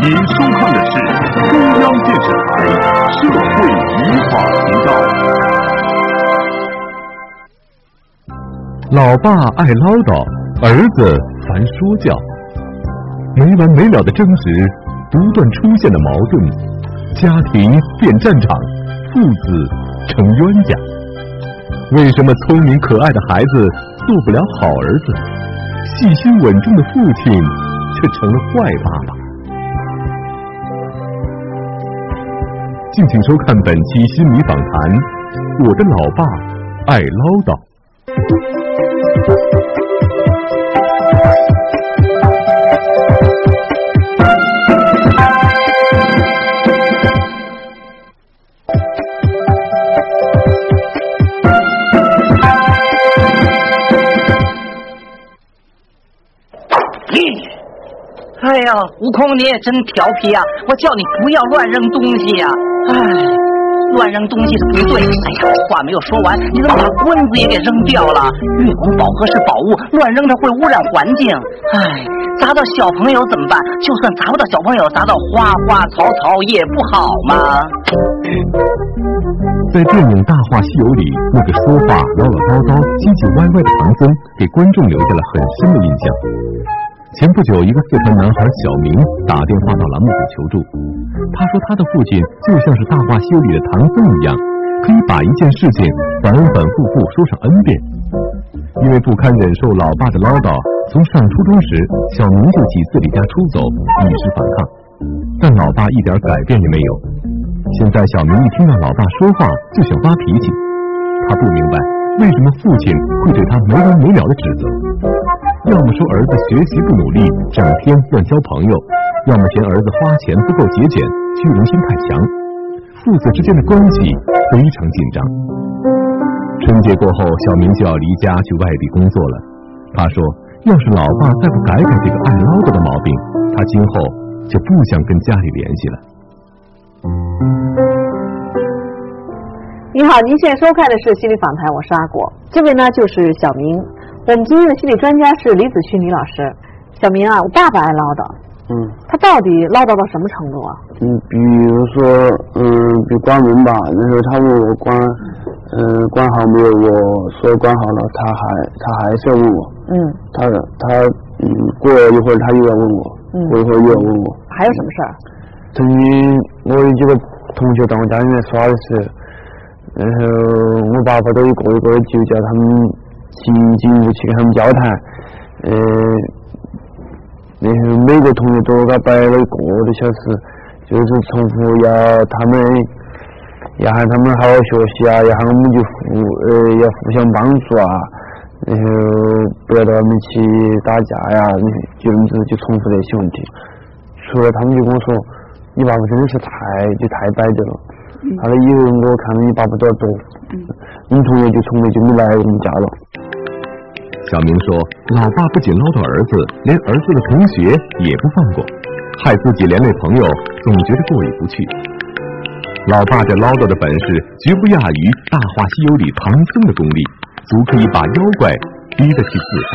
您收看的是中央电视台社会与法频道。老爸爱唠叨，儿子烦说教，没完没了的争执，不断出现的矛盾，家庭变战场，父子成冤家。为什么聪明可爱的孩子做不了好儿子，细心稳重的父亲却成了坏爸爸？敬请收看本期心理访谈，我的老爸爱唠叨。 哎呀，悟空你也真调皮呀！我叫你不要乱扔东西呀！哎，乱扔东西是不对。哎呀，话没有说完，你怎么把棍子也给扔掉了？月光宝盒是宝物，乱扔它会污染环境。哎，砸到小朋友怎么办？就算砸不到小朋友，砸到花花草草也不好吗？ 在电影《大话西游》里，那个说话唠唠叨叨、唧唧歪歪的唐僧，给观众留下了很深的印象。前不久，一个四川男孩小明打电话到栏目组求助，他说他的父亲就像是《大话西游》里的唐僧一样，可以把一件事情反反复复说上 N 遍。因为不堪忍受老爸的唠叨，从上初中时，小明就几次离家出走，以示反抗，但老爸一点改变也没有。现在小明一听到老爸说话就想发脾气，他不明白为什么父亲会对他没完没了的指责，要么说儿子学习不努力，整天乱交朋友，要么嫌儿子花钱不够节俭，虚荣心太强，父子之间的关系非常紧张。春节过后，小明就要离家去外地工作了。他说，要是老爸再不改改这个爱唠叨的毛病，他今后就不想跟家里联系了。 你好，您现在收看的是心理访谈，我是阿果，这位呢就是小明。我们今天的心理专家是李子勋李老师。小明啊，我爸爸爱唠叨，他到底唠叨到什么程度啊？ 比如说，比关门吧，然后他问我关好没有，我说关好了，他还是要问我，他过了一会儿他又要问我，过一会儿又要问我。 还有什么事儿？ 曾经我有几个同学到我家里面耍的时候，然后我爸爸都一个一个就叫他们进屋去跟他们交谈，然后每个同学都给他摆了1个多小时，就是重复要喊他们好好学习啊，要喊我们要互相帮助啊，然后不要到外面去打架呀，就重复这些问题。除了他们就跟我说，你爸爸真的是太摆着了。他说以后我看到你爸爸都要躲，你同学就从来就没来我们家了。 小明说，老爸不仅唠叨儿子，连儿子的同学也不放过，害自己连累朋友，总觉得过意不去。老爸这唠叨的本事绝不亚于《大话西游》里唐僧的功力，足可以把妖怪逼得去自杀。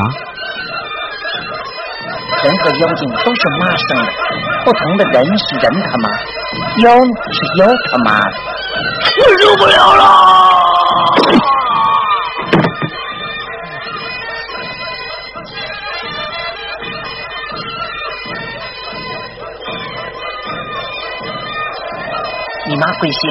人和妖精都是妈生的，不同的人是人他妈，妖是妖他妈。我受不了了！你妈贵姓？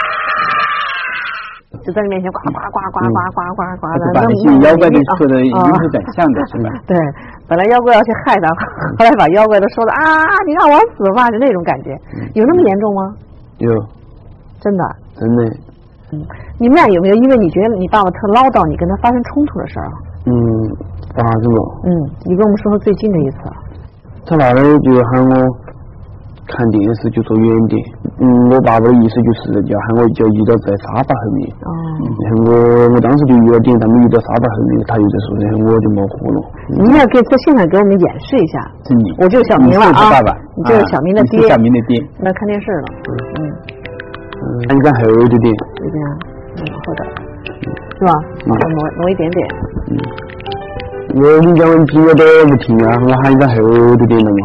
就在你面前呱呱呱呱呱呱呱呱的， 把那些妖怪的说的一定是很像的，是吧？ 对，本来妖怪要去害他，后来把妖怪都说的啊，你让我死吧，就那种感觉。有那么严重吗？ 有， 真的。你们俩有没有因为你觉得你爸爸特唠叨，你跟他发生冲突的事儿啊？ 发生了。 你跟我们说说最近的一次。 他那里就喊我看电视就坐远点，我爸爸的意思就是要喊我就移到在沙发后面。然后我当时就移了点，他们移到沙发后面，他又在说，然后我就模糊了。 你要在现场给我们演示一下。 是你， 我就是小明了啊！ 你是爸爸， 你就是小明的爹。 你是小明的爹。 那看电视了。 你看后头点。 这边，后头，是吧？挪一点点。 我跟你讲问题我都不听啊，我喊你在后头点的嘛。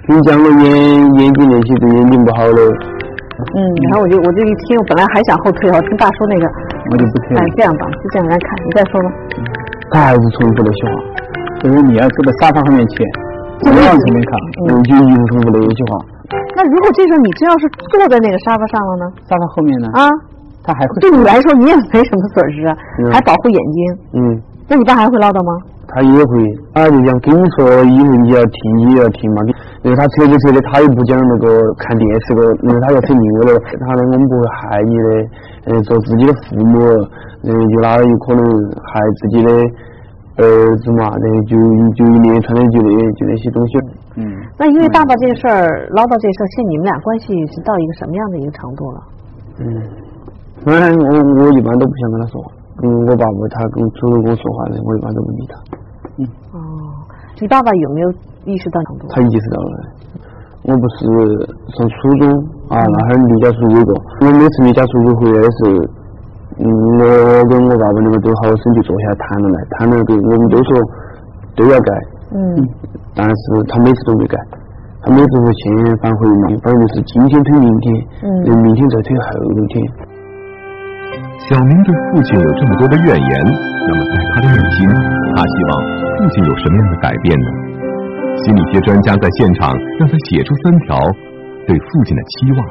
你讲了眼睛那些对眼睛不好的。 你看我就一听，我本来还想后退，我听爸说那个， 我就不退了。 这样吧，就这样来看，你再说吧。 他还是重复的说话， 就是你要坐到沙发后面去，不往前面靠， 就一直重复的一句话。 那如果这时候你真要是坐在那个沙发上了呢？ 沙发后面呢？ 啊， 他还会对你来说你也没什么损失啊，还保护眼睛。那你爸还会唠叨吗？ 他也会，就讲跟你说以后你要听嘛。因为他扯的，他又不讲那个看电视个，因为他要扯另外的。他呢，我们不会害你的，做自己的父母，有哪有可能害自己的儿子嘛？就一连串的就那些东西。 那因为爸爸这事儿唠叨这事儿，现在你们俩关系是到一个什么样的一个程度了？ 反正我一般都不想跟他说话。我爸爸他主动跟我说话的，我一般都不理他。 你爸爸有没有意识到程度？ 他意识到了。我不是上初中那会儿离家出走过。我每次离家出走回来的时候，我跟我爸爸那个都好生就坐下来谈了我们都说都要改。但是他每次都没改，他每次说先反悔嘛，反正就是今天推明天，明天再推后天。 小明对父亲有这么多的怨言，那么在他的内心，他希望父亲有什么样的改变呢？心理学专家在现场让他写出3条对父亲的期望。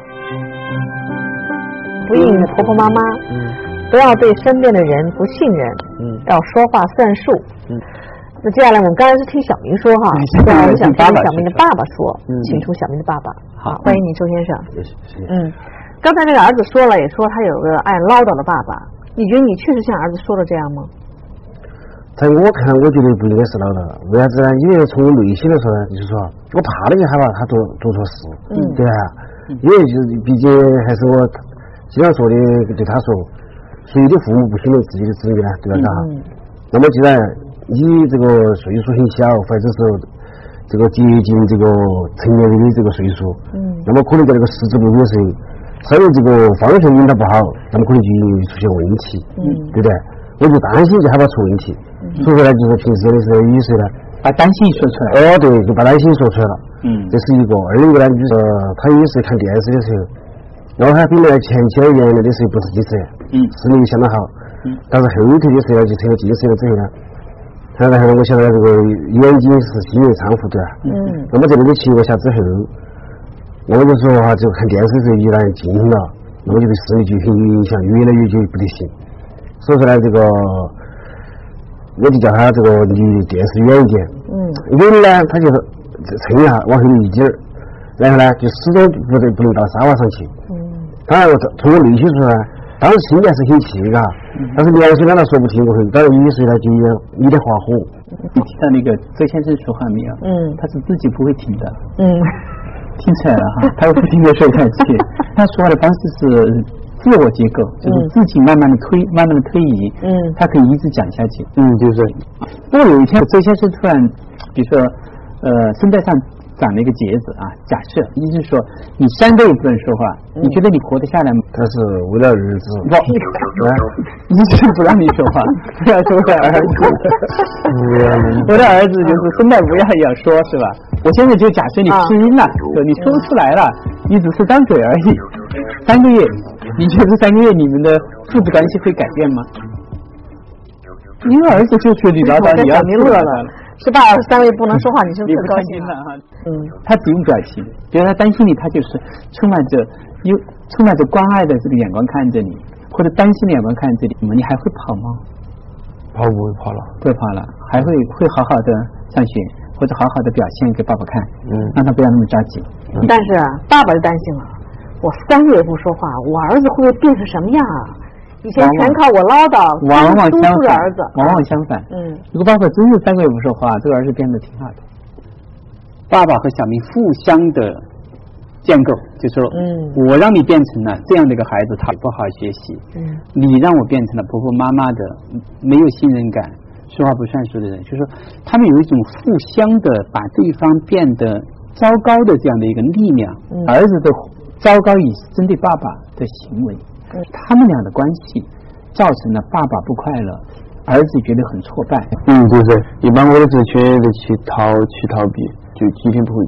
不应的婆婆妈妈，不要对身边的人不信任，要说话算数。那接下来我们刚才是听小明说哈，现在我们想听小明的爸爸说，请出小明的爸爸。好，欢迎你周先生。 谢谢。 刚才这个儿子说了，也说他有个爱唠叨的爸爸，你觉得你确实像儿子说的这样吗？ 在我看，我觉得不应该是唠叨，为啥子呢？因为从我内心来说呢，就是说我怕那些害怕他做错事，对吧？因为就是毕竟还是我经常说的，对他说，谁的父母不信任自己的子女呢？对吧？那么既然你这个岁数很小，或者是这个接近这个成年人的这个岁数，那么可能在这个识字不明的时候，稍微这个方向引导不好，那么可能就出现问题，对不对？我就担心，就害怕出问题，所以说呢，就是平时的时候，有时候呢， 把担心说出来。 对，就把担心说出来了。这是一个。二一个呢，就是他有时候看电视的时候，然后他本来前期原来的时候不是近视，视力相当好，但是后头的时候就成了近视了之后呢，然后我想到这个眼睛是心为参服，对吧？那么在这个情况下之后，那么就说就看电视的时候一旦进行了，那么就对视力就很有影响，越来越就不得行。所以说呢，这个我就叫他这个离电视远一点。远呢，他就蹭一下往后一点儿，然后呢就始终不能到沙发上去。当然从我内心说呢，当时心里还是很气的，但是连说让他说不听过后，当然有时候呢就有点发火。 你听到那个周先生说话没有？他是自己不会停的。听出来了哈，他会不停的说下去。他说话的方式是自我结构，就是自己慢慢的推移，他可以一直讲下去。 就是。 不过有一天周先生突然，比如说声带上长了一个结子啊，假设意思是说你3个月不能说话，你觉得你活得下来吗？ 他是为了儿子， 一直不让你说话，不要说为了儿子。我的儿子就是声带不要也要说，是吧？我现在就假设你吃晕了，你说不出来了，你只是张嘴而已。3个月，你觉得3个月你们的父子关系会改变吗？因为儿子就觉得你唠叨，你要乐了。是爸3个月不能说话，你是不是高兴了哈？他只用表情，比如他担心你，他就是充满着关爱的这个眼光看着你，或者担心的眼光看着你，你还会跑吗？ 不会跑了， 不会跑了，还会好好的上学，或者好好的表现给爸爸看，让他不要那么着急。 但是爸爸就担心了，我3个月不说话，我儿子会不会变成什么样啊？以前全靠我唠叨， 往往相反， 儿子往往相反。如果爸爸真是3个月不说话，这个儿子变得挺好的。爸爸和小明互相的建构，就是说，我让你变成了这样的一个孩子，他不好好学习，你让我变成了婆婆妈妈的没有信任感、说话不算数的人，就是说，他们有一种互相的把对方变得糟糕的这样的一个力量。儿子的糟糕也是针对爸爸的行为。他们俩的关系造成了爸爸不快乐，儿子觉得很挫败。 就是一般我都是选择去逃避，就几天不回家。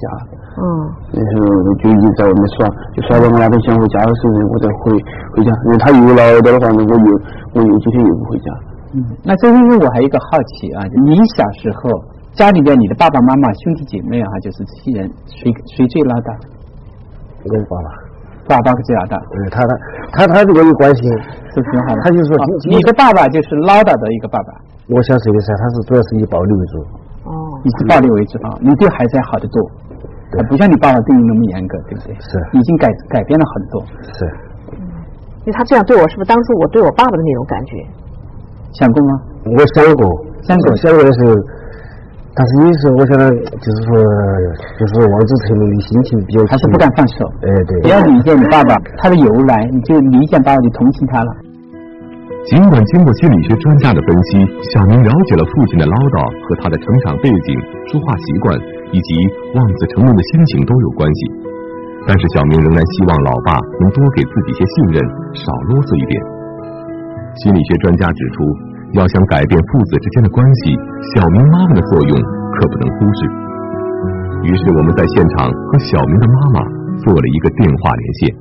然后就一直在外面耍，就耍到我那边想回家的时候，我再回家。因为他又唠叨的话呢，我又今天又不回家。 那周先生，我还有一个好奇啊，你小时候家里边你的爸爸妈妈、兄弟姐妹啊，就是这些人，谁最唠叨？ 我爸爸。 爸爸最老大， 他这个有关系， 是挺好的。 他就说你的爸爸就是唠叨的一个爸爸。 我小时候的时候，他是主要是以暴力为主。 你是暴力为主啊？你对孩子还好得多，不像你爸爸对你那么严格，对不对？ 是， 已经改变了很多。 是。 因为他这样对我，是不是当初我对我爸爸的那种感觉？ 想过吗？ 我想过的时候。但是有时候我想到，就是王子成龙的心情比较， 还是不敢放手。 对。 不要理解你爸爸他的由来，你就理解爸爸，你同情他了。 尽管经过心理学专家的分析，小明了解了父亲的唠叨和他的成长背景、说话习惯以及望子成龙的心情都有关系，但是小明仍然希望老爸能多给自己些信任，少啰嗦一点。心理学专家指出，要想改变父子之间的关系，小明妈妈的作用可不能忽视。于是我们在现场和小明的妈妈做了一个电话连线。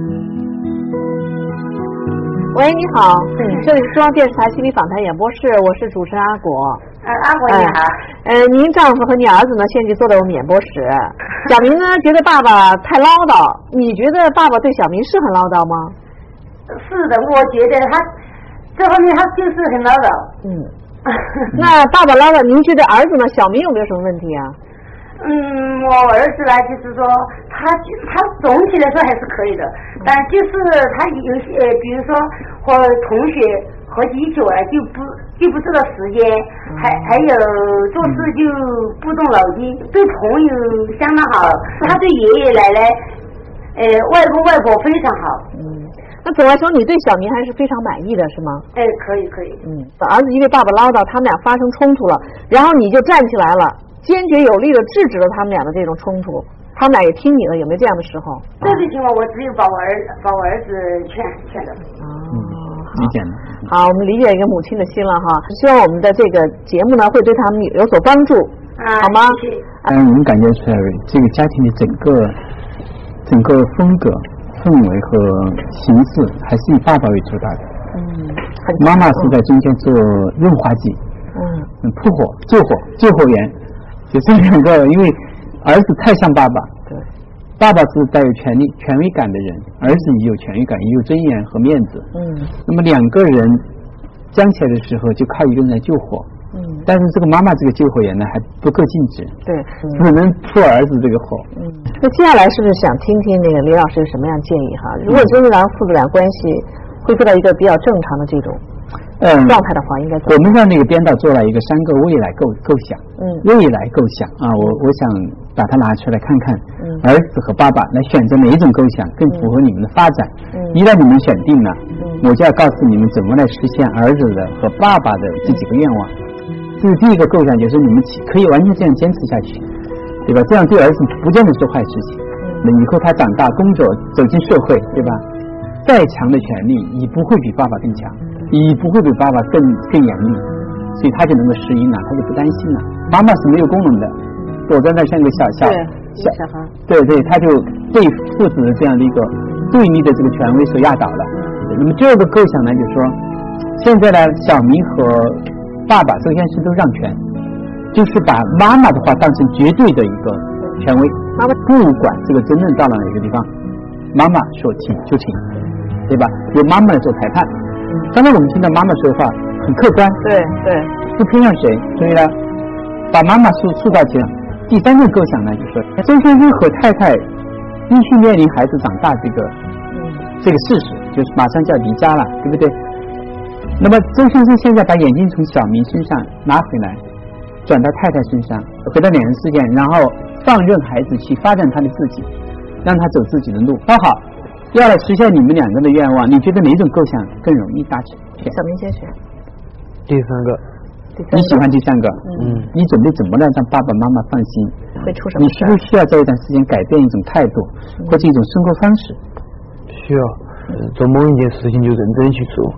喂，你好，这里是中央电视台心理访谈演播室，我是主持人阿果。 阿果你好。 您丈夫和你儿子呢，现在就坐在我们演播室。小明呢，觉得爸爸太唠叨，你觉得爸爸对小明是很唠叨吗？ 是的，我觉得他这方面他就是很唠叨。 那爸爸唠叨，您觉得儿子呢？小明有没有什么问题啊？ 我儿子呢，就是说他总体来说还是可以的，但就是他有些比如说和同学喝酒就不知道时间，还有做事就不动脑筋，对朋友相当好，他对爷爷奶奶外公外婆非常好。 那总来说，你对小明还是非常满意的，是吗？ 可以。 儿子因为爸爸唠叨，他们俩发生冲突了，然后你就站起来了，坚决有力的制止了他们俩的这种冲突，他们俩也听你的，有没有这样的时候？ 这种情况我只有把我儿子劝的。 理解了。 好，我们理解一个母亲的心了哈，希望我们的这个节目呢会对他们有所帮助，好吗？ 谢谢。 我们感觉出来这个家庭的整个风格、氛围和形式还是以爸爸为主导的。妈妈是在中间做润滑剂。扑火、救火员，就这两个，因为儿子太像爸爸，爸爸是带有权威感的人，儿子也有权威感，也有尊严和面子。那么两个人僵起来的时候，就靠一个人来救火。但是这个妈妈这个救火员呢，还不够尽职，只能扑儿子这个火。 那接下来是不是想听听那个李老师有什么样建议哈？如果真是让父子俩关系恢复到一个比较正常的这种状态的话，应该怎么？ 我们让那个编导做了一个3个未来构想，未来构想啊，我想把它拿出来看看，儿子和爸爸来选择哪一种构想更符合你们的发展。一旦你们选定了，我就要告诉你们怎么来实现儿子的和爸爸的这几个愿望。这是第一个构想，就是你们可以完全这样坚持下去，对吧？这样对儿子不见得是坏事情。那以后他长大工作走进社会，对吧？再强的权利也不会比爸爸更强，也不会比爸爸更严厉，所以他就能够适应了，他就不担心了。妈妈是没有功能的，躲在那像个小孩，对，他就被父子的这样的一个对立的这个权威所压倒了。那么第二个构想呢，就是说，现在呢，小明和爸爸首先是都让权，就是把妈妈的话当成绝对的一个权威，妈妈不管这个争论到了哪个地方，妈妈说请就请，对吧？由妈妈来做裁判。刚才我们听到妈妈说话很客观， 对， 不偏向谁，所以呢，把妈妈塑造起来。第3个构想呢，就是说周先生和太太必须面临孩子长大这个事实，就是马上就要离家了，对不对？那么周先生现在把眼睛从小明身上拿回来，转到太太身上，回到2人之间，然后放任孩子去发展他的自己，让他走自己的路。好，要来实现你们2个的愿望，你觉得哪种构想更容易达成？ 小明先选。 第3个。 你喜欢第3个？你准备怎么来让爸爸妈妈放心？ 会出什么事？ 你需不需要在一段时间改变一种态度，或者一种生活方式？ 需要。做某一件事情就认真去做，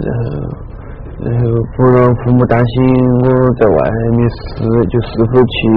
然后不让父母担心我在外面是否去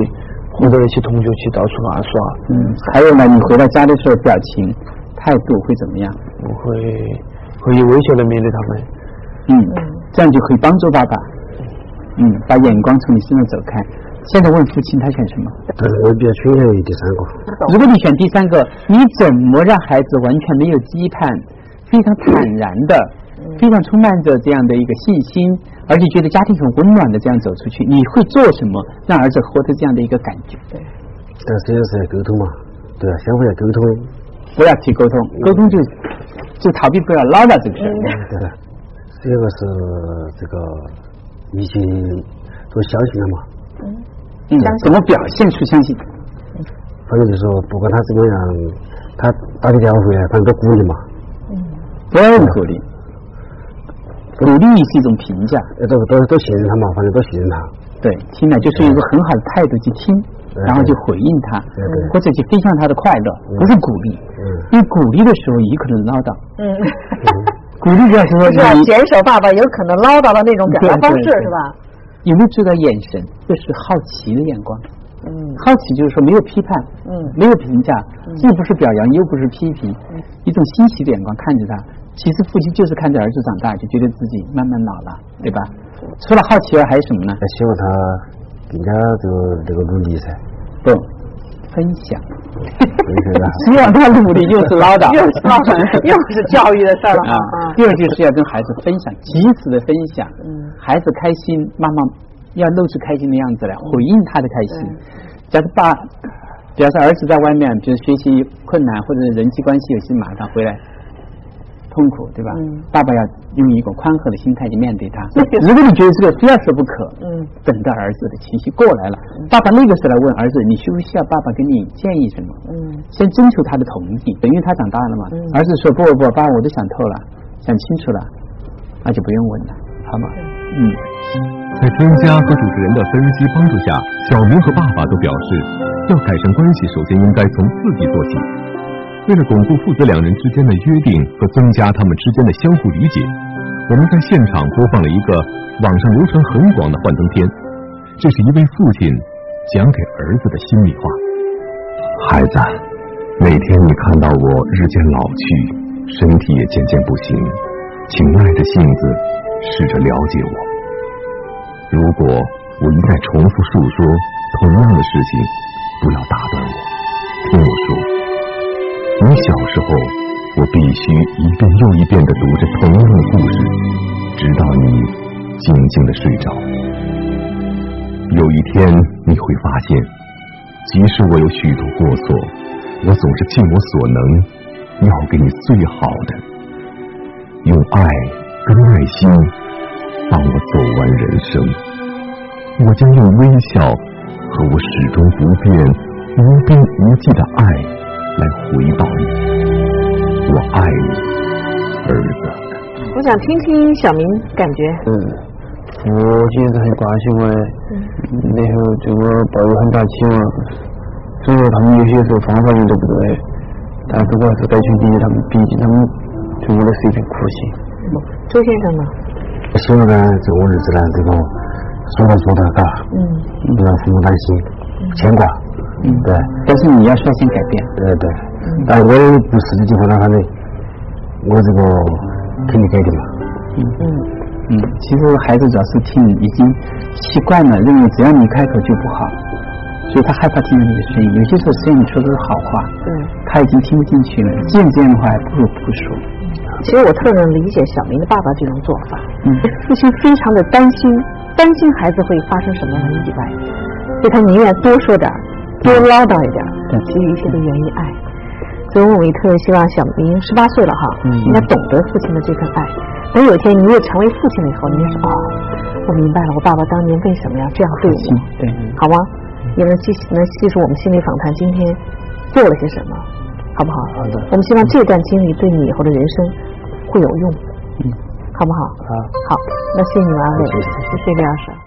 或者一起同学去到处玩耍。 还有呢，你回到家的时候表情态度会怎么样？ 我会以微笑的面对他们。 这样就可以帮助爸爸。把眼光从你身上走开。现在问父亲他选什么？ 我比较倾向于第三个。 如果你选第三个，你怎么让孩子完全没有羁绊，非常坦然的，非常充满着这样的一个信心，而且觉得家庭很温暖的这样走出去？你会做什么让儿子获得这样的一个感觉？ 但是要是沟通嘛，对啊，相互要沟通， 不要提沟通，沟通就逃避不了唠叨这个事。 对的，这个是这个已经都相信了嘛。 怎么表现出相信？ 反正就是说，不管他怎么样，他打个电话回来，反正都鼓励嘛。 不要用鼓励，鼓励是一种评价。 都信任他嘛，反正都信任他。 对，听了就是一个很好的态度去听，然后就回应他，或者去分享他的快乐，不是鼓励。因为鼓励的时候也可能唠叨。鼓励的时候就是要减少爸爸有可能唠叨的那种表达方式，是吧？ 有没有注意到眼神？就是好奇的眼光。好奇就是说没有批判，没有评价，既不是表扬又不是批评，一种欣喜的眼光看着他。其实父亲就是看着儿子长大，就觉得自己慢慢老了，对吧？除了好奇外还有什么呢？ 希望他更加这个努力噻。 不，分享。希望他努力又是唠叨， 又是教育的事儿了啊！第二就是要跟孩子分享，及时的分享。孩子开心，妈妈要露出开心的样子来，回应他的开心。假如比方说儿子在外面，比如学习困难或者人际关系有些麻烦回来痛苦，对吧？爸爸要用一个宽和的心态去面对他。如果你觉得这个非要说不可，等到儿子的情绪过来了，爸爸那个时候来问儿子，你需不需要爸爸给你建议什么？先征求他的同意，因为他长大了嘛。儿子说不，爸，我都想透了，想清楚了，那就不用问了，好吗？ 在专家和主持人的分析帮助下，小明和爸爸都表示，要改善关系，首先应该从自己做起。为了巩固父子两人之间的约定和增加他们之间的相互理解，我们在现场播放了一个网上流传很广的幻灯片，这是一位父亲讲给儿子的心里话。 孩子，每天你看到我日渐老去，身体也渐渐不行，请耐着性子试着了解我。如果我一再重复述说同样的事情，不要打断我，听我说。你小时候，我必须一遍又一遍地读着同样的故事，直到你静静地睡着。有一天你会发现，即使我有许多过错，我总是尽我所能要给你最好的，用爱跟耐心帮我走完人生。我将用微笑和我始终不变、无边无际的爱来回报你。我爱你，儿子。 我想听听小明感觉。 我其实很关心我，然后对我抱有很大期望，所以说他们有些时候方法用得不对，但是我还是得去理解他们，毕竟他们对我的是一片苦心。 周先生呢？ 我希望呢，这个日子呢，这个说到做到，嘎，不让父母担心、牵挂，对。 但是你要率先改变， 对。但我不实际情况下，反正我这个肯定改的嘛。 其实孩子主要是听已经习惯了，认为只要你开口就不好，所以他害怕听到你的声音。有些时候虽然你说的是好话，他已经听不进去了。既然这样的话，还不如不说。 其实我特能理解小明的爸爸这种做法。父亲非常的担心孩子会发生什么样的意外，所以他宁愿多说点，多唠叨一点，其余一切都源于爱。所以我也特别希望小明18岁了哈，应该懂得父亲的这份爱。等有一天你也成为父亲了以后，你也说我明白了，我爸爸当年为什么要这样对我， 对， 好吗？也能细数我们心理访谈今天做了些什么，好不好？ 好的。 我们希望这段经历对你以后的人生会有用，好不好？好，那谢谢你们二位，谢谢李老师。